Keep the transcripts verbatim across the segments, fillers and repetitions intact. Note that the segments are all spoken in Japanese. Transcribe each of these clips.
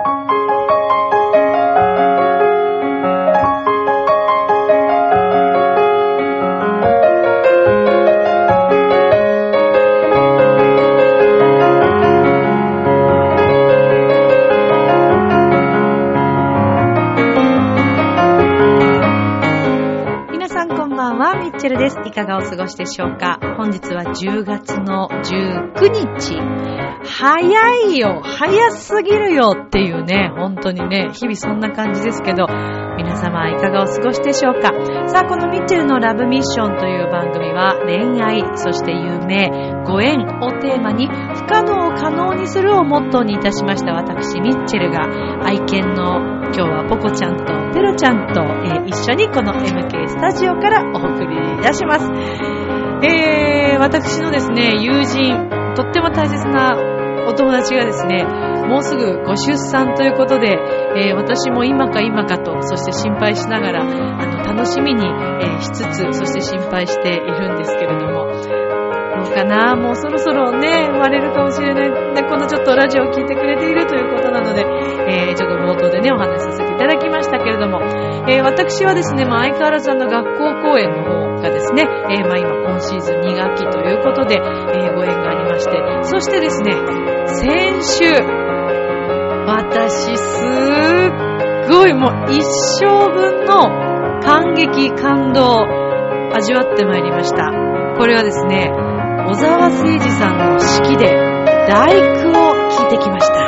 いかがお過ごしでしょうか。本日はじゅうがつのじゅうくにち。早いよ、早すぎるよっていうね、本当にね、日々そんな感じですけど、皆様いかがお過ごしでしょうか。さあ、このミッチェルのラブミッションという番組は、恋愛、そして夢、ご縁をテーマに、不可能を可能にするをモットーにいたしました私ミッチェルが、愛犬の今日はポコちゃんとペロちゃんと、えー、一緒にこの エムケー スタジオからお送りいたします。えー、私のですね、友人、とっても大切なお友達がですね、もうすぐご出産ということで、えー、私も今か今かと、そして心配しながら、あの、楽しみに、えー、しつつ、そして心配しているんですけれども、どうかな、もうそろそろね、生まれるかもしれないで、このちょっとラジオを聞いてくれているということなので、えー、ちょっと冒頭でね、お話しさせていただきましたけれども、えー、私はですね、まあ、相変わらずあの学校公演の方がですね、えー、まあ、今今シーズンにがきということで、えー、ご縁がありまして、そしてですね、先週、私すっごいもう一生分の感激感動を味わってまいりました。これはですね、小沢誠二さんの指揮で第九を聴いてきました。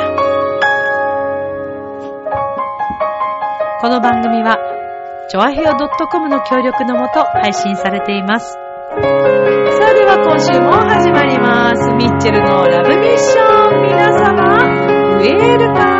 この番組はチョアヘヨ .com の協力のもと配信されています。さあ、では今週も始まります。ミッチェルのラブミッション。皆様ウェルカ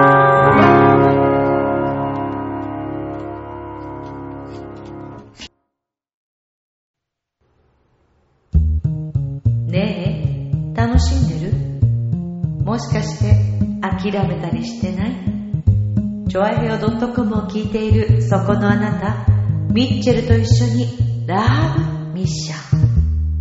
ム。ねえ、楽しんでる？もしかして諦めたりしてない？チョアヘヨ .com を聞いているそこのあなた、ミッチェルと一緒にラブミッション。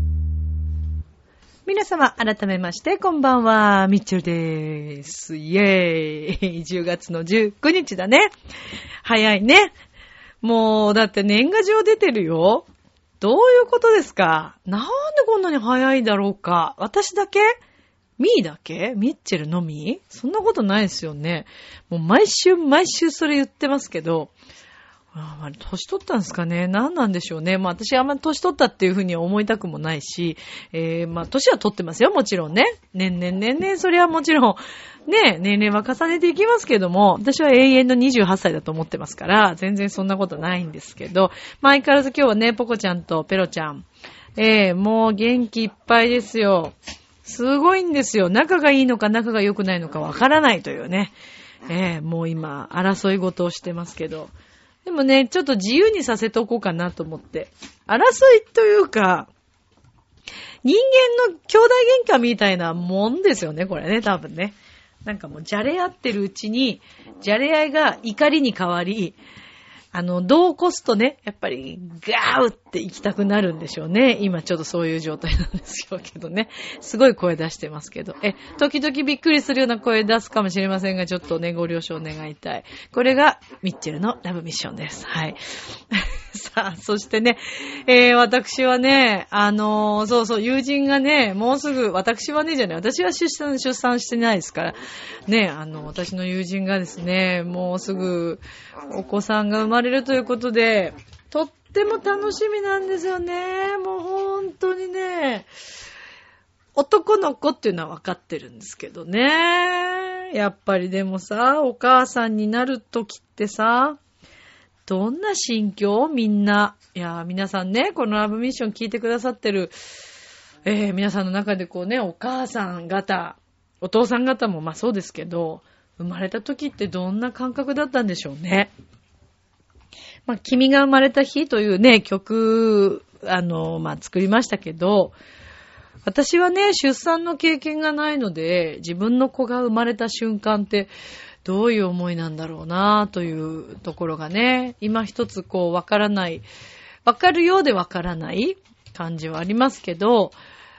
皆様改めましてこんばんは、ミッチェルです。イエーイ。じゅうがつのじゅうくにちだね。早いね。もうだって年賀状出てるよ。どういうことですか？なんでこんなに早いだろうか。私だけ？ミーだけ？ミッチェルのみ？そんなことないですよね。もう毎週毎週それ言ってますけど、あまり年取ったんですかね。何なんでしょうね。まあ私あんまり年取ったっていうふうには思いたくもないし、えー、まあ年は取ってますよ、もちろんね。年々年々それはもちろんね、年齢は重ねていきますけども、私は永遠のにじゅうはっさいだと思ってますから、全然そんなことないんですけど、まあ相変わらず今日はね、ポコちゃんとペロちゃん、えー、もう元気いっぱいですよ。すごいんですよ。仲がいいのか仲が良くないのかわからないというね。えー、もう今、争い事をしてますけど。でもね、ちょっと自由にさせておこうかなと思って。争いというか、人間の兄弟喧嘩みたいなもんですよね、これね、多分ね。なんかもう、じゃれ合ってるうちに、じゃれ合いが怒りに変わり、あの、どう起こすとね、やっぱりガーって行きたくなるんでしょうね。今ちょっとそういう状態なんですよけどね。すごい声出してますけど。え、時々びっくりするような声出すかもしれませんが、ちょっとね、ご了承願いたい。これがミッチェルのラブミッションです。はい。さあ、そしてね、えー、私はね、あのー、そうそう、友人がね、もうすぐ、私はね、じゃない、私は出産、出産してないですから、ね、あの、私の友人がですね、もうすぐ、お子さんが生まれるということで、とっても楽しみなんですよね。もう本当にね、男の子っていうのは分かってるんですけどね。やっぱりでもさ、お母さんになるときってさ、どんな心境？みんな。いや、皆さんね、このラブミッション聞いてくださってる、えー、皆さんの中でこうね、お母さん方、お父さん方もまあそうですけど、生まれた時ってどんな感覚だったんでしょうね。まあ、君が生まれた日というね、曲、あの、まあ、作りましたけど、私はね、出産の経験がないので、自分の子が生まれた瞬間って、どういう思いなんだろうなというところがね、今一つこうわからない、わかるようでわからない感じはありますけど、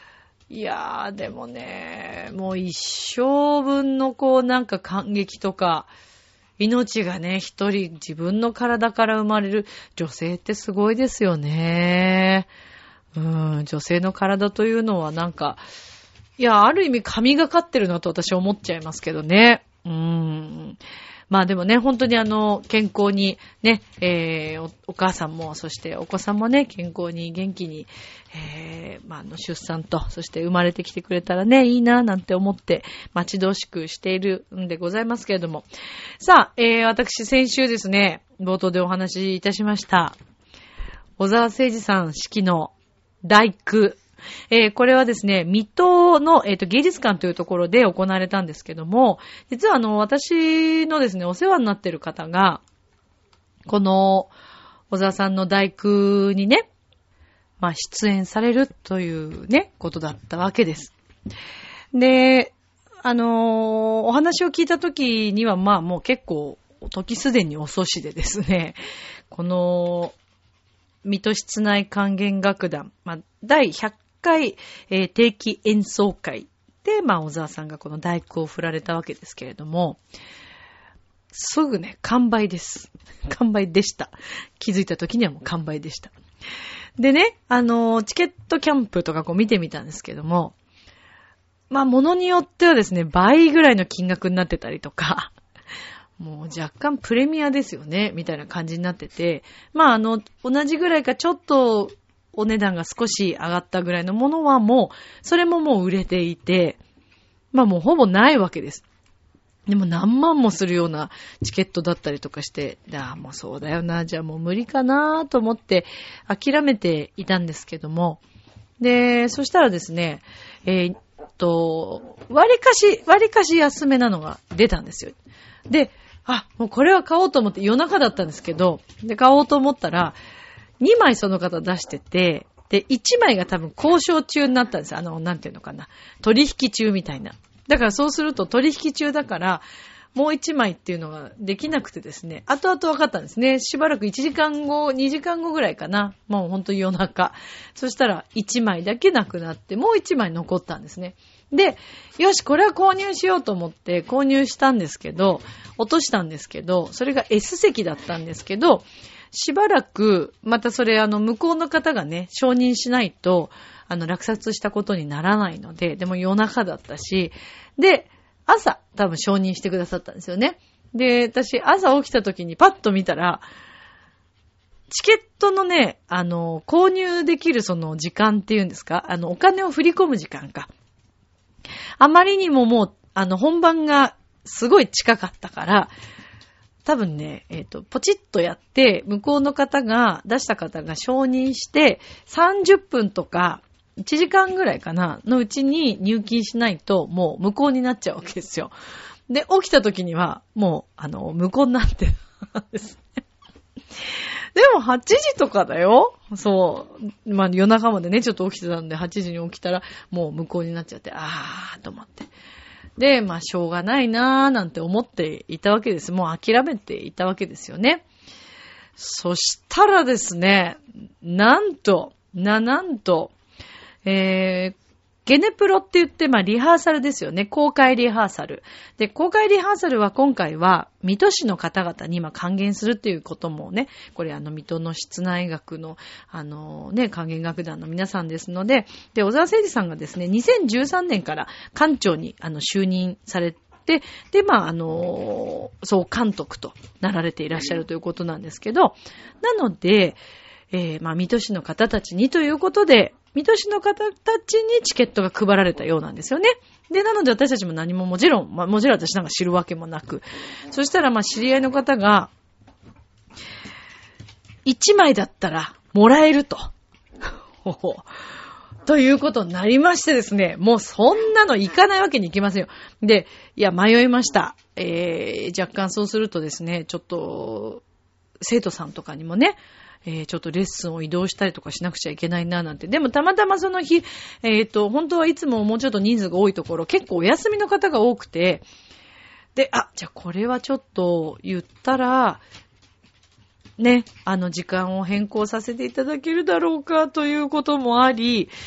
いやー、でもね、もう一生分のこうなんか感激とか、命がね、一人自分の体から生まれる女性ってすごいですよね。うん、女性の体というのはなんか、いや、ある意味神がかってるなと私は思っちゃいますけどね。うん。まあでもね、本当にあの、健康にね、えー、お, お母さんも、そしてお子さんもね、健康に元気に、えー、まああの、出産と、そして生まれてきてくれたらね、いいな、なんて思って、待ち遠しくしているんでございますけれども。さあ、えー、私先週ですね、冒頭でお話しいたしました。小沢誠二さん式の第九。えー、これはですね、水戸の、えーと、芸術館というところで行われたんですけども、実はあの、私のですね、お世話になっている方が、この、小沢さんの第九にね、まあ、出演されるというね、ことだったわけです。で、あのー、お話を聞いたときには、まあ、もう結構、時すでに遅しでですね、この、水戸室内管弦楽団、まあ、第ひゃっかい、えー、定期演奏会で、まあ、小沢さんがこの第九を振られたわけですけれども、すぐね、完売です。完売でした。気づいた時にはもう完売でした。でね、あのー、チケットキャンプとかこう見てみたんですけども、まあ、ものによってはですね、倍ぐらいの金額になってたりとか、もう若干プレミアですよね、みたいな感じになってて、まあ、あの、同じぐらいかちょっとお値段が少し上がったぐらいのものはもう、それももう売れていて、まあもうほぼないわけです。でも何万もするようなチケットだったりとかして、ああ、もうそうだよな、じゃあもう無理かなと思って諦めていたんですけども、で、そしたらですね、えー、っと、割かし、割かし安めなのが出たんですよ。で、あ、もうこれは買おうと思って夜中だったんですけど、で、買おうと思ったら、にまいその方出してて、で、いちまいが多分交渉中になったんですよ。あの、なんていうのかな。取引中みたいな。だからそうすると取引中だから、もういちまいっていうのができなくてですね、後々分かったんですね。しばらくいちじかんご、にじかんごぐらいかな。もうほんと夜中。そしたらいちまいだけなくなって、もういちまい残ったんですね。で、よし、これは購入しようと思って購入したんですけど、落としたんですけど、それが S 席だったんですけど、しばらく、またそれあの向こうの方がね、承認しないと、あの落札したことにならないので、でも夜中だったし、で、朝多分承認してくださったんですよね。で、私朝起きた時にパッと見たら、チケットのね、あの、購入できるその時間っていうんですか、あの、お金を振り込む時間か。あまりにももう、あの、本番がすごい近かったから、多分ね、えっと、ポチッとやって、向こうの方が、出した方が承認して、さんじゅっぷんとか、いちじかんぐらいかな、のうちに入金しないと、もう無効になっちゃうわけですよ。で、起きた時には、もう、あの、無効になってたんですね。でもはちじとかだよ。そう。まあ夜中までね、ちょっと起きてたんで、はちじに起きたら、もう無効になっちゃって、あーと思って。で、まあ、しょうがないなーなんて思っていたわけです。もう諦めていたわけですよね。そしたらですね、なんと、な、なんと、えー、ゲネプロって言って、まあ、リハーサルですよね。公開リハーサル。で、公開リハーサルは今回は、水戸市の方々に今還元するっていうこともね、これあの、水戸の室内楽の、あのね、還元楽団の皆さんですので、で、小沢誠二さんがですね、にせんじゅうさんねんから館長に、あの、就任されて、で、まあ、あの、総監督となられていらっしゃるということなんですけど、なので、えー、まあ、水戸市の方たちにということで、水戸市の方たちにチケットが配られたようなんですよね。で、なので私たちも何ももちろん、まあもちろん私なんか知るわけもなく。そしたらまあ知り合いの方が、いちまいだったらもらえると。ということになりましてですね、もうそんなの行かないわけにいきませんよ。で、いや迷いました。えー、若干そうするとですね、ちょっと、生徒さんとかにもね、えー、ちょっとレッスンを移動したりとかしなくちゃいけないななんて。でもたまたまその日、えっと、本当はいつももうちょっと人数が多いところ、結構お休みの方が多くて、で、あ、じゃあこれはちょっと言ったら、ね、あの時間を変更させていただけるだろうかということもあり、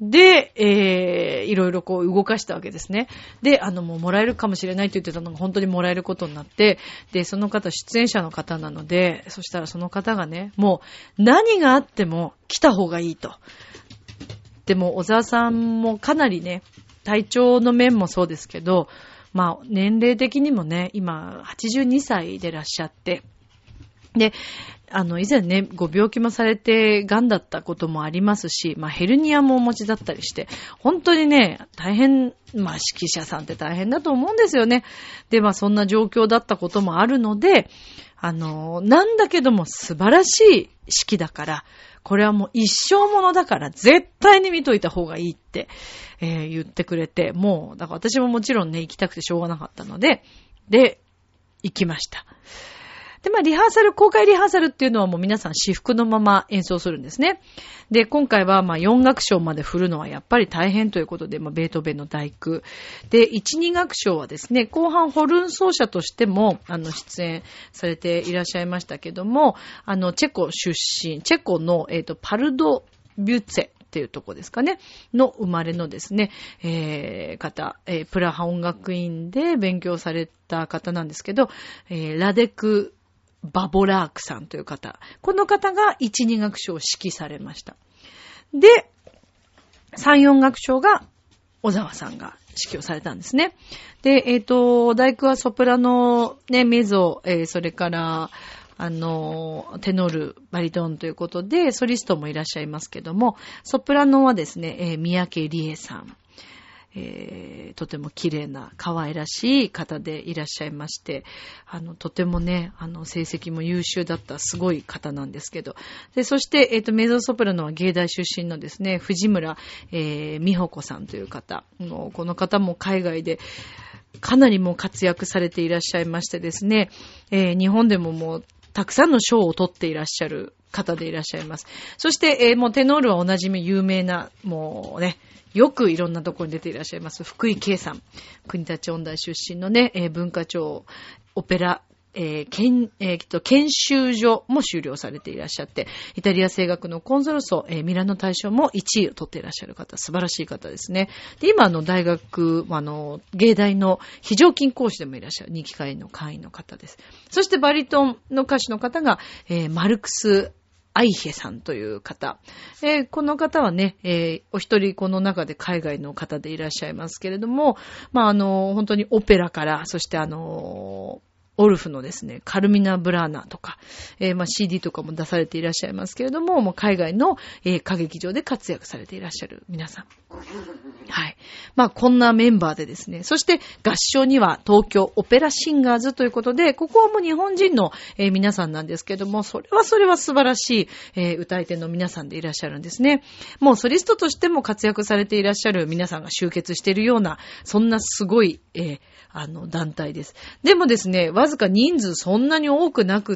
で、えー、いろいろこう動かしたわけですね。で、あの、もうもらえるかもしれないと言ってたのが本当にもらえることになって、で、その方出演者の方なので、そしたらその方がね、もう何があっても来た方がいいと。でも、小沢さんもかなりね、体調の面もそうですけど、まあ、年齢的にもね、今、はちじゅうにさいでいらっしゃって、で、あの、以前ね、ご病気もされて、癌だったこともありますし、まあ、ヘルニアもお持ちだったりして、本当にね、大変、まあ、指揮者さんって大変だと思うんですよね。で、まあ、そんな状況だったこともあるので、あの、なんだけども素晴らしい指揮だから、これはもう一生ものだから絶対に見といた方がいいって、えー、言ってくれて、もう、だから私ももちろんね、行きたくてしょうがなかったので、で、行きました。で、まあ、リハーサル、公開リハーサルっていうのはもう皆さん私服のまま演奏するんですね。で、今回はまあよん楽章まで振るのはやっぱり大変ということで、まあ、ベートーベンの第九。で、いち、に楽章はですね、後半ホルン奏者としても、あの、出演されていらっしゃいましたけども、あの、チェコ出身、チェコの、えっと、パルド・ビュッツェ。っていうとこですかね。の生まれのですね、えー、方、えー、プラハ音楽院で勉強された方なんですけど、えー、ラデク・バボラークさんという方。この方がいち、に楽章を指揮されました。で、さん、よん楽章が小沢さんが指揮をされたんですね。で、えっと、第九はソプラノ、ね、メゾ、えー、それから、あの、テノール、バリトンということで、ソリストもいらっしゃいますけども、ソプラノはですね、えー、三宅理恵さん。えー、とても綺麗な可愛らしい方でいらっしゃいまして、あの、とてもね、あの、成績も優秀だったすごい方なんですけど、で、そして、えっと、メゾソプラノは芸大出身のですね、藤村、えー、美穂子さんという方、もうこの方も海外で、かなりもう活躍されていらっしゃいましてですね、えー、日本でももう、たくさんの賞を取っていらっしゃる方でいらっしゃいます。そして、えー、もうテノールはおなじみ有名な、もうね、よくいろんなところに出ていらっしゃいます。福井圭さん。国立音大出身のね、えー、文化庁オペラ、えー、研、えー、研修所も修了されていらっしゃって、イタリア声楽のコンソルソ、えー、ミラノ大賞もいちいを取っていらっしゃる方、素晴らしい方ですね。で、今、あの、大学、あの、芸大の非常勤講師でもいらっしゃる、にき会の会員の方です。そしてバリトンの歌手の方が、えー、マルクス・アイヘさんという方。えー、この方はね、えー、お一人この中で海外の方でいらっしゃいますけれども、まあ、あの、本当にオペラから、そしてあの、オルフのですね、カルミナ・ブラーナとか、えー、まあ シーディー とかも出されていらっしゃいますけれども、もう海外の、えー、歌劇場で活躍されていらっしゃる皆さん。はい。まあこんなメンバーでですね、そして合唱には東京オペラシンガーズということで、ここはもう日本人の、えー、皆さんなんですけども、それはそれは素晴らしい、えー、歌い手の皆さんでいらっしゃるんですね。もうソリストとしても活躍されていらっしゃる皆さんが集結しているような、そんなすごい、えー、あの団体です。でもですね、わずか人数そんなに多くなくって、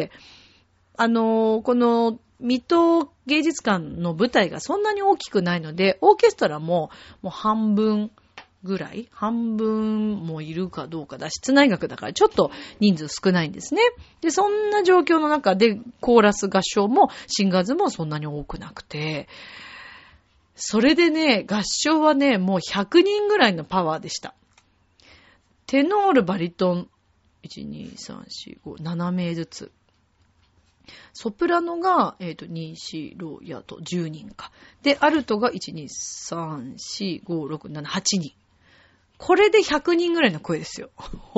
あのー、この水戸芸術館の舞台がそんなに大きくないので、オーケストラももう半分ぐらい、半分もいるかどうかだ。室内楽だからちょっと人数少ないんですね。で、そんな状況の中でコーラス合唱もシンガーズもそんなに多くなくて、それでね、合唱はね、もうひゃくにんぐらいのパワーでした。テノール、バリトン、いち、に、さん、よん、ご、なな名ずつ。ソプラノが、えっと、に、よん、ろく、やとじゅうにんか。で、アルトがいち、に、さん、よん、ご、ろく、なな、はちにん。これでひゃくにんぐらいの声ですよ。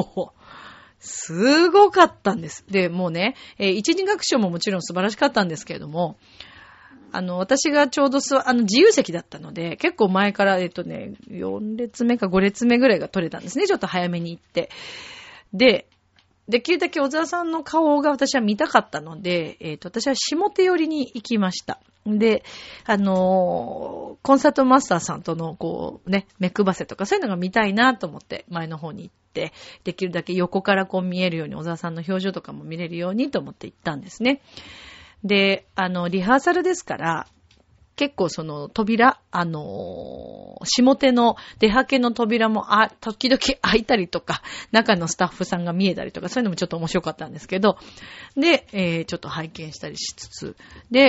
すごかったんです。で、もうね、えー、いち、に楽章ももちろん素晴らしかったんですけれども、あの、私がちょうどあの、自由席だったので、結構前から、えっとね、よん列目かご列目ぐらいが取れたんですね。ちょっと早めに行って。で、できるだけ小沢さんの顔が私は見たかったので、えっと、私は下手寄りに行きました。で、あのー、コンサートマスターさんとの、こう、ね、目配せとかそういうのが見たいなと思って前の方に行って、できるだけ横からこう見えるように小沢さんの表情とかも見れるようにと思って行ったんですね。で、あの、リハーサルですから、結構その扉、あのー、下手の出はけの扉もあ、時々開いたりとか、中のスタッフさんが見えたりとか、そういうのもちょっと面白かったんですけど、で、えー、ちょっと拝見したりしつつ、で、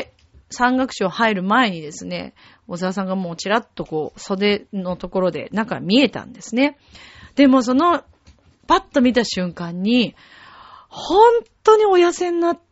三楽章入る前にですね、小沢さんがもうちらっとこう、袖のところで中見えたんですね。でもその、パッと見た瞬間に、本当にお痩せになって、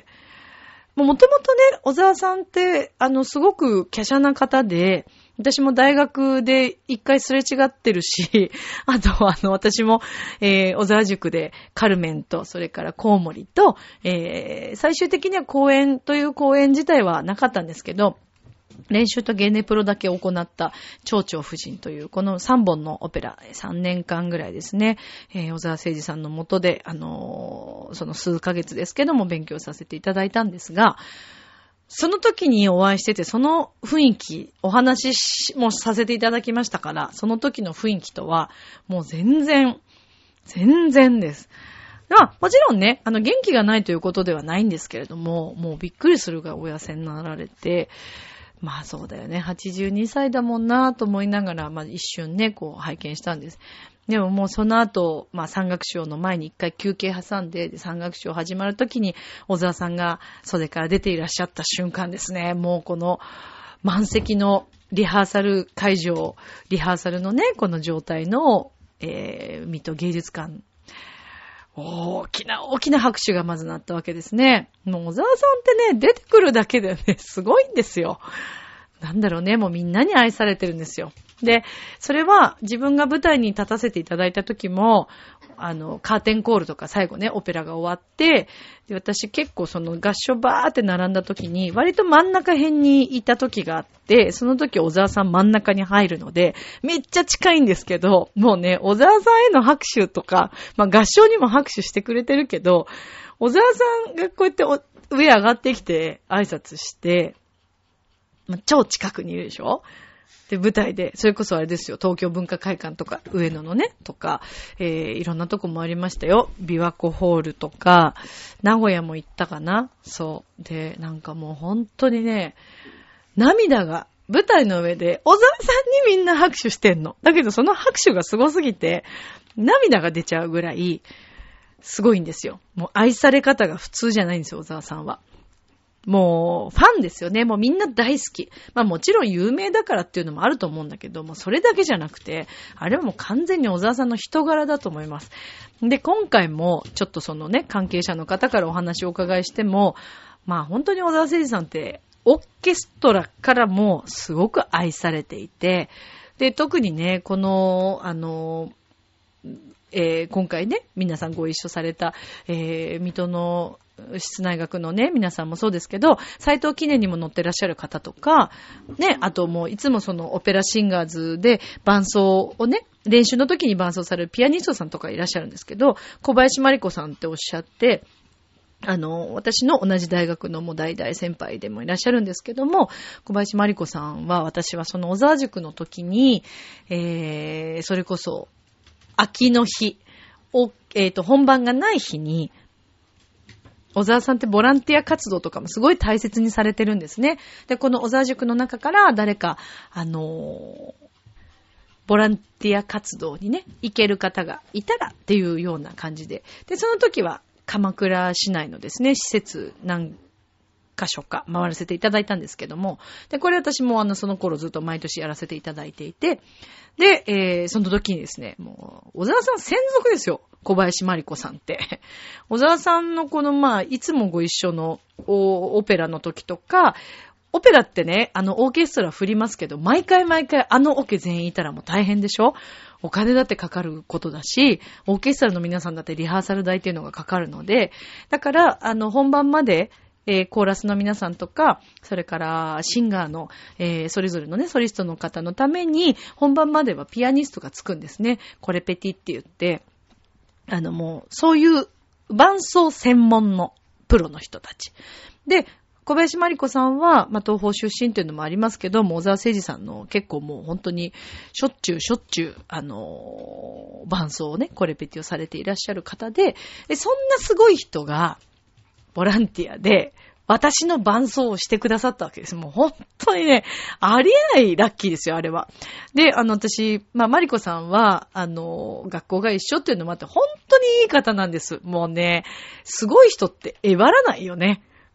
もともとね、小沢さんって、あの、すごく華奢な方で、私も大学で一回すれ違ってるし、あとあの、私も、えー、小沢塾でカルメンと、それからコウモリと、えー、最終的には公演という公演自体はなかったんですけど、練習とゲネプロだけ行った蝶々夫人というこのさんぼんのオペラさんねんかんぐらいですね、えー、小沢誠二さんの下であのー、その数ヶ月ですけども勉強させていただいたんですが、その時にお会いしててその雰囲気お話もさせていただきましたから、その時の雰囲気とはもう全然全然です。まあ、もちろんね、あの元気がないということではないんですけれども、もうびっくりするがお痩せになられて、まあそうだよね。はちじゅうにさいだもんなと思いながら、まあ一瞬ね、こう拝見したんです。でももうその後、まあ三楽章の前に一回休憩挟んで、三楽章始まるときに小沢さんが袖から出ていらっしゃった瞬間ですね。もうこの満席のリハーサル会場、リハーサルのね、この状態の、えー、水戸芸術館。大きな大きな拍手がまずなったわけですね。もう小沢さんってね、出てくるだけでね、すごいんですよ。なんだろうね、もうみんなに愛されてるんですよ。で、それは自分が舞台に立たせていただいた時も、あの、カーテンコールとか最後ね、オペラが終わって、で、私結構その合唱バーって並んだ時に、割と真ん中辺にいた時があって、その時小沢さん真ん中に入るので、めっちゃ近いんですけど、もうね、小沢さんへの拍手とか、まあ合唱にも拍手してくれてるけど、小沢さんがこうやって上上がってきて挨拶して、まあ、超近くにいるでしょ？で、舞台で、それこそあれですよ、東京文化会館とか、上野のね、とか、えー、いろんなとこもありましたよ。琵琶湖ホールとか、名古屋も行ったかな？そう。で、なんかもう本当にね、涙が、舞台の上で、小沢さんにみんな拍手してんの。だけどその拍手がすごすぎて、涙が出ちゃうぐらい、すごいんですよ。もう愛され方が普通じゃないんですよ、小沢さんは。もう、ファンですよね。もうみんな大好き。まあもちろん有名だからっていうのもあると思うんだけど、もうそれだけじゃなくて、あれはもう完全に小沢さんの人柄だと思います。で、今回も、ちょっとそのね、関係者の方からお話をお伺いしても、まあ本当に小沢誠二さんって、オーケストラからもすごく愛されていて、で、特にね、この、あの、えー、今回ね、皆さんご一緒された、えー、水戸の室内楽のね、皆さんもそうですけど、斎藤記念にも載ってらっしゃる方とか、ね、あともういつもそのオペラシンガーズで伴奏をね、練習の時に伴奏されるピアニストさんとかいらっしゃるんですけど、小林真理子さんっておっしゃって、あの、私の同じ大学のもう大々先輩でもいらっしゃるんですけども、小林真理子さんは、私はその小沢塾の時に、えー、それこそ、秋の日を、えっと、本番がない日に、小沢さんってボランティア活動とかもすごい大切にされてるんですね。で、この小沢塾の中から誰か、あのー、ボランティア活動にね、行ける方がいたらっていうような感じで。で、その時は鎌倉市内のですね、施設何箇所か回らせていただいたんですけども、で、これ私もあの、その頃ずっと毎年やらせていただいていて、で、えー、その時にですね、もう、小沢さん専属ですよ。小林真理子さんって。小沢さんのこの、まあ、いつもご一緒のオペラの時とか、オペラってね、あの、オーケストラ振りますけど、毎回毎回あのオケ全員いたらもう大変でしょ？お金だってかかることだし、オーケストラの皆さんだってリハーサル代っていうのがかかるので、だから、あの、本番まで、えー、コーラスの皆さんとか、それからシンガーの、えー、それぞれのね、ソリストの方のために、本番まではピアニストがつくんですね。コレペティって言って、あのもう、そういう伴奏専門のプロの人たち。で、小林真理子さんは、まあ、東宝出身っていうのもありますけども、小沢誠二さんの結構もう本当に、しょっちゅうしょっちゅう、あのー、伴奏をね、コレペティをされていらっしゃる方で、で、そんなすごい人が、ボランティアで、私の伴奏をしてくださったわけです。もう本当にね、ありえないラッキーですよ、あれは。で、あの、私、まあ、マリコさんは、あの、学校が一緒っていうのもあって、本当にいい方なんです。もうね、すごい人ってえばらないよね。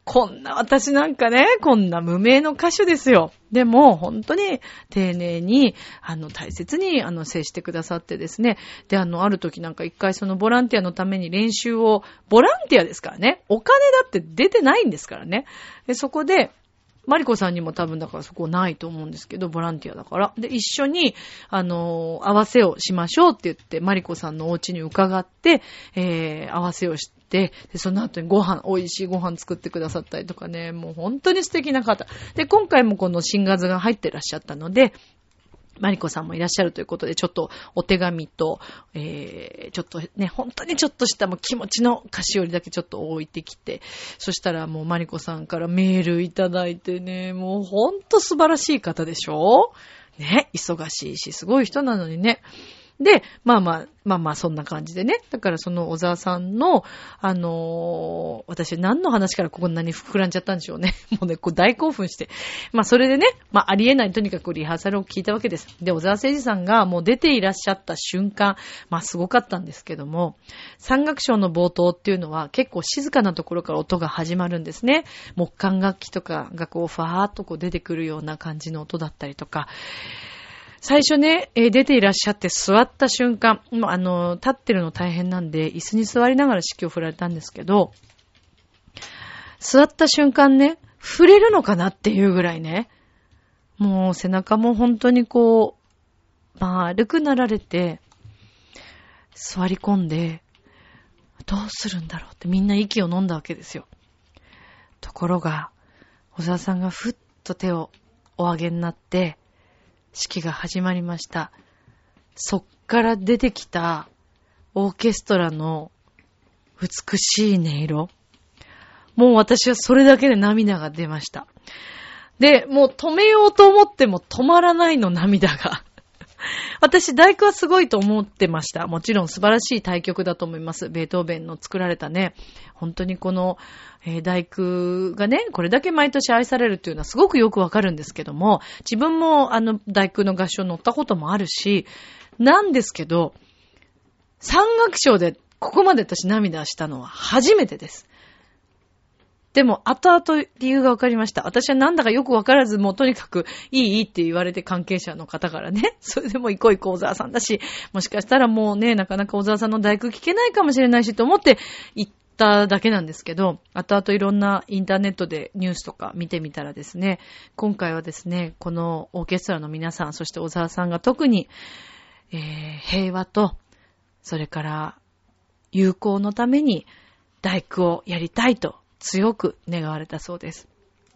こんな私なんかね、こんな無名の歌手ですよ。でも、本当に丁寧に、あの、大切に、あの、接してくださってですね。で、あの、ある時なんか一回そのボランティアのために練習を、ボランティアですからね。お金だって出てないんですからね。で、そこで、マリコさんにも多分だからそこないと思うんですけど、ボランティアだから。で、一緒に、あのー、合わせをしましょうって言って、マリコさんのお家に伺って、えー、合わせをして、で、その後にご飯、美味しいご飯作ってくださったりとかね、もう本当に素敵な方。で、今回もこの新画図が入ってらっしゃったので、マリコさんもいらっしゃるということで、ちょっとお手紙と、えー、ちょっとね、本当にちょっとしたもう気持ちの菓子折りだけちょっと置いてきて、そしたらもうマリコさんからメールいただいてね、もうほんと素晴らしい方でしょ？ね、忙しいし、すごい人なのにね。で、まあまあ、まあまあそんな感じでね。だからその小沢さんの、あのー、私何の話からこんなに膨らんじゃったんでしょうね。もうね、こう大興奮して。まあそれでね、まあありえないとにかくリハーサルを聞いたわけです。で、小沢誠二さんがもう出ていらっしゃった瞬間、まあすごかったんですけども、三楽章の冒頭っていうのは結構静かなところから音が始まるんですね。木管楽器とかがこうファーっとこう出てくるような感じの音だったりとか、最初ね、えー、出ていらっしゃって座った瞬間、もうあの、立ってるの大変なんで、椅子に座りながら指揮を振られたんですけど、座った瞬間ね、触れるのかなっていうぐらいね、もう背中も本当にこう、丸くなられて、座り込んで、どうするんだろうってみんな息を飲んだわけですよ。ところが、小沢さんがふっと手をお上げになって、式が始まりました。そっから出てきたオーケストラの美しい音色。もう私はそれだけで涙が出ました。で、もう止めようと思っても止まらないの、涙が。私、第九はすごいと思ってました。もちろん素晴らしい大曲だと思います。ベートーベンの作られたね、本当にこの、えー、第九がね、これだけ毎年愛されるっていうのはすごくよくわかるんですけども、自分もあの第九の合唱乗ったこともあるし、なんですけど、三楽章でここまで私涙したのは初めてです。でも、後々理由が分かりました。私はなんだかよく分からず、もうとにかく、いいいいって言われて関係者の方からね、それでも行こう行こう小沢さんだし、もしかしたらもうね、なかなか小沢さんの第九聞けないかもしれないしと思って行っただけなんですけど、後々いろんなインターネットでニュースとか見てみたらですね、今回はですね、このオーケストラの皆さん、そして小沢さんが特に、えー、平和と、それから友好のために第九をやりたいと、強く願われたそうです。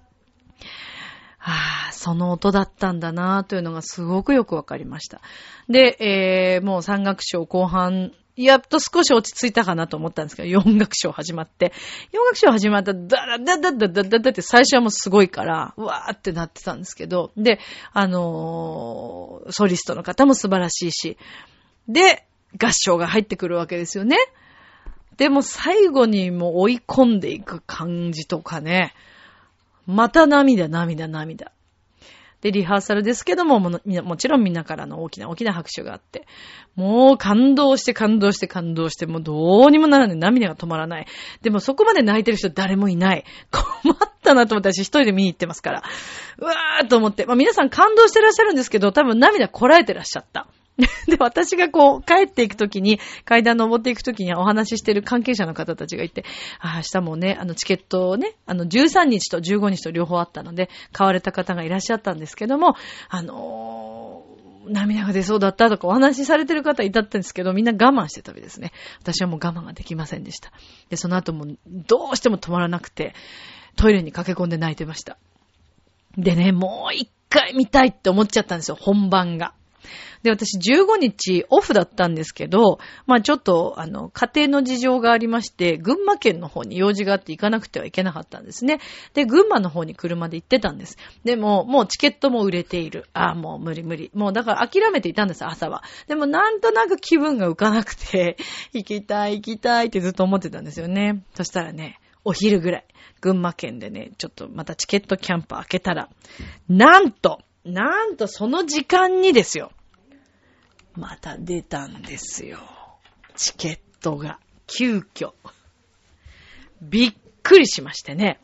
ああ、その音だったんだなというのがすごくよくわかりました。で、えー、もう三楽章後半、やっと少し落ち着いたかなと思ったんですけど、四楽章始まって、四楽章始まったら、ダラダダダダダダって最初はもうすごいから、うわーってなってたんですけど、で、あのー、ソリストの方も素晴らしいし、で、合唱が入ってくるわけですよね。でも最後にもう追い込んでいく感じとかね。また涙、涙、涙。で、リハーサルですけども、も, もちろんみんなからの大きな大きな拍手があって、もう感動して感動して感動して、もうどうにもならない。涙が止まらない。でもそこまで泣いてる人誰もいない。困ったなと思って私一人で見に行ってますから。うわーと思って。まあ皆さん感動してらっしゃるんですけど、多分涙こらえてらっしゃった。で、私がこう、帰っていくときに、階段登っていくときにお話ししてる関係者の方たちがいて、あ、明日もね、あの、チケットをね、あの、じゅうさんにちとじゅうごにちと両方あったので、買われた方がいらっしゃったんですけども、あのー、涙が出そうだったとかお話しされてる方いたんですけど、みんな我慢してたわけですね。私はもう我慢ができませんでした。で、その後もどうしても止まらなくて、トイレに駆け込んで泣いてました。でね、もう一回見たいって思っちゃったんですよ、本番が。で、私じゅうごにちオフだったんですけど、まあちょっと、あの、家庭の事情がありまして、群馬県の方に用事があって行かなくてはいけなかったんですね。で、群馬の方に車で行ってたんです。でも、もうチケットも売れている。ああ、もう無理無理。もうだから諦めていたんです、朝は。でもなんとなく気分が浮かなくて、行きたい行きたいってずっと思ってたんですよね。そしたらね、お昼ぐらい、群馬県でね、ちょっとまたチケットキャンプ開けたら、なんと、なんとその時間にですよ。また出たんですよ。チケットが急遽。びっくりしましてね。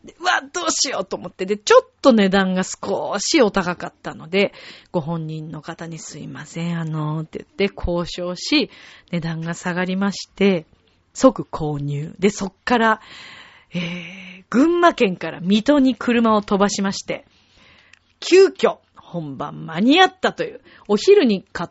でうわ、どうしようと思って、で、ちょっと値段が少しお高かったので、ご本人の方にすいません、あのー、って言って交渉し、値段が下がりまして、即購入。で、そっから、えー、群馬県から水戸に車を飛ばしまして、急遽、本番間に合ったという、お昼に買って、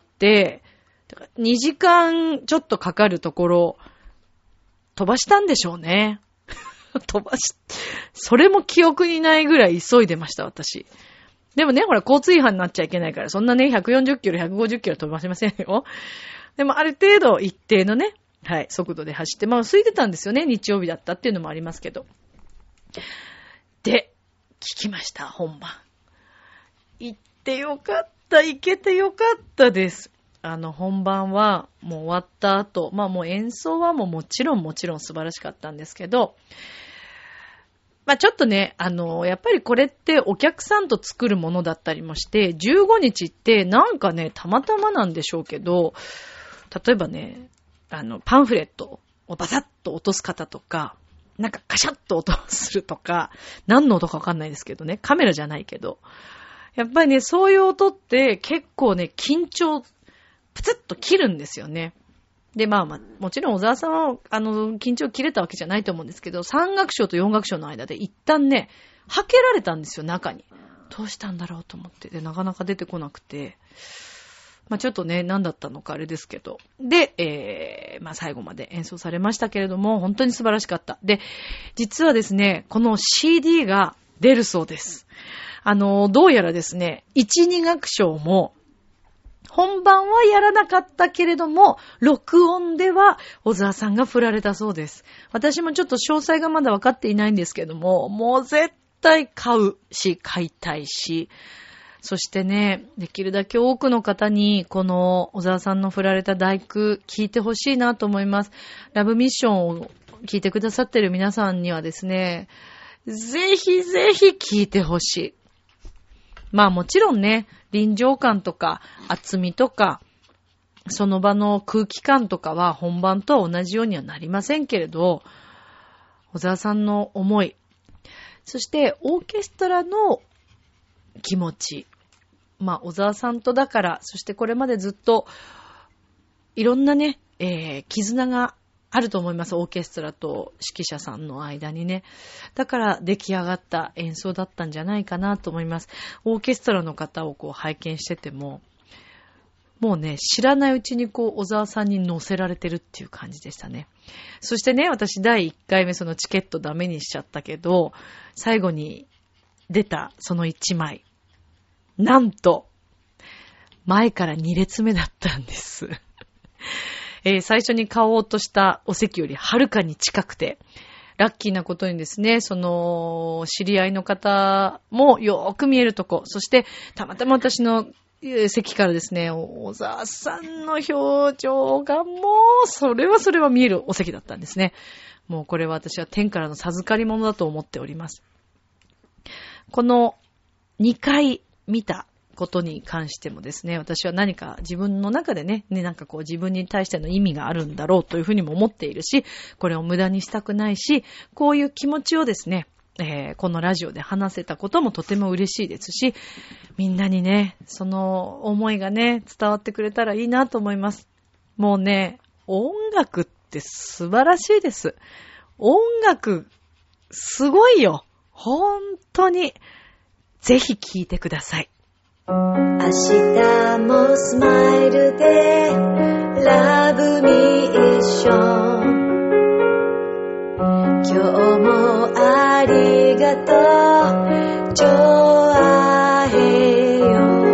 にじかんちょっとかかるところ、飛ばしたんでしょうね。飛ばし、それも記憶にないぐらい急いでました、私。でもね、ほら、交通違反になっちゃいけないから、そんなね、ひゃくよんじゅっキロ、ひゃくごじゅっキロ飛ばしませんよ。でも、ある程度、一定のね、はい、速度で走って、まあ、空いてたんですよね、日曜日だったっていうのもありますけど。で、聞きました、本番。行ってよかった、行けてよかったです。あの、本番はもう終わった後、まあもう演奏はもうもちろんもちろん素晴らしかったんですけど、まあちょっとね、あの、やっぱりこれってお客さんと作るものだったりもして、じゅうごにちってなんかね、たまたまなんでしょうけど、例えばね、あの、パンフレットをバサッと落とす方とか、なんかカシャッと音するとか、何の音かわかんないですけどね、カメラじゃないけど、やっぱりね、そういう音って結構ね、緊張、プツッと切るんですよね。で、まあまあ、もちろん小沢さんは、あの、緊張切れたわけじゃないと思うんですけど、さん楽章とよん楽章の間で一旦ね、はけられたんですよ、中に。どうしたんだろうと思って。で、なかなか出てこなくて。まあちょっとね、何だったのかあれですけど。で、えー、まあ最後まで演奏されましたけれども、本当に素晴らしかった。で、実はですね、この シーディー が出るそうです。あの、どうやらですね、いち、に楽章も、本番はやらなかったけれども、録音では小沢さんが振られたそうです。私もちょっと詳細がまだ分かっていないんですけども、もう絶対買うし、買いたいし、そしてね、できるだけ多くの方にこの小沢さんの振られた第九聞いてほしいなと思います。ラブミッションを聞いてくださっている皆さんにはですね、ぜひぜひ聞いてほしい。まあもちろんね、臨場感とか厚みとかその場の空気感とかは本番とは同じようにはなりませんけれど、小沢さんの思い、そしてオーケストラの気持ち、まあ小沢さんとだから、そしてこれまでずっといろんなね、えー、絆があると思います。オーケストラと指揮者さんの間にね。だから出来上がった演奏だったんじゃないかなと思います。オーケストラの方をこう拝見してても、もうね、知らないうちにこう小沢さんに乗せられてるっていう感じでしたね。そしてね、私だいいっかいめそのチケットダメにしちゃったけど、最後に出たそのいちまい、なんと前からに列目だったんです。えー、最初に買おうとしたお席よりはるかに近くて、ラッキーなことにですね、その知り合いの方もよーく見えるとこ、そしてたまたま私の席からですね、小沢さんの表情がもうそれはそれは見えるお席だったんですね。もうこれは私は天からの授かり物だと思っております。このにかい見たことに関してもですね、私は何か自分の中でね、ね、なんかこう自分に対しての意味があるんだろうというふうにも思っているし、これを無駄にしたくないし、こういう気持ちをですね、えー、このラジオで話せたこともとても嬉しいですし、みんなにね、その思いがね、伝わってくれたらいいなと思います。もうね、音楽って素晴らしいです。音楽、すごいよ。本当に、ぜひ聴いてください。明日もスマイルでラブミッション、今日もありがとうジョアヘヨ。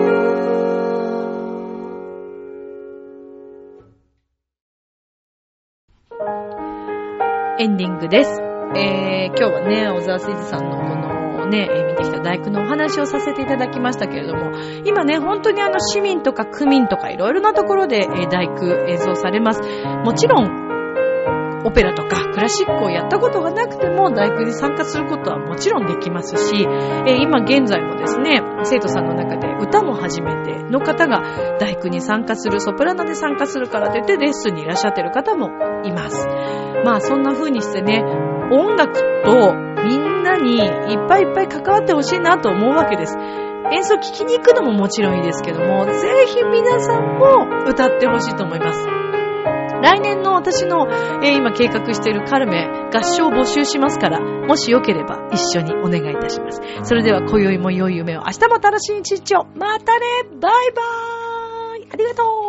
エンディングです。えー、今日はね、小沢誠二さんのこのね、えー、見てきた大工のお話をさせていただきましたけれども、今ね、本当にあの市民とか区民とかいろいろなところで、えー、大工演奏されます。もちろんオペラとかクラシックをやったことがなくても大工に参加することはもちろんできますし、えー、今現在もですね、生徒さんの中で歌も初めての方が大工に参加する、ソプラノで参加するからといってレッスンにいらっしゃってる方もいます。まあそんな風にしてね、音楽とみんな歌にいっぱいいっぱい関わってほしいなと思うわけです。演奏聴きに行くのももちろんいいですけども、ぜひ皆さんも歌ってほしいと思います。来年の私の、えー、今計画しているカルメ合唱を募集しますから、もしよければ一緒にお願いいたします。それでは今宵も良い夢を、明日も楽しい一日を。またね、バイバーイ、ありがとう。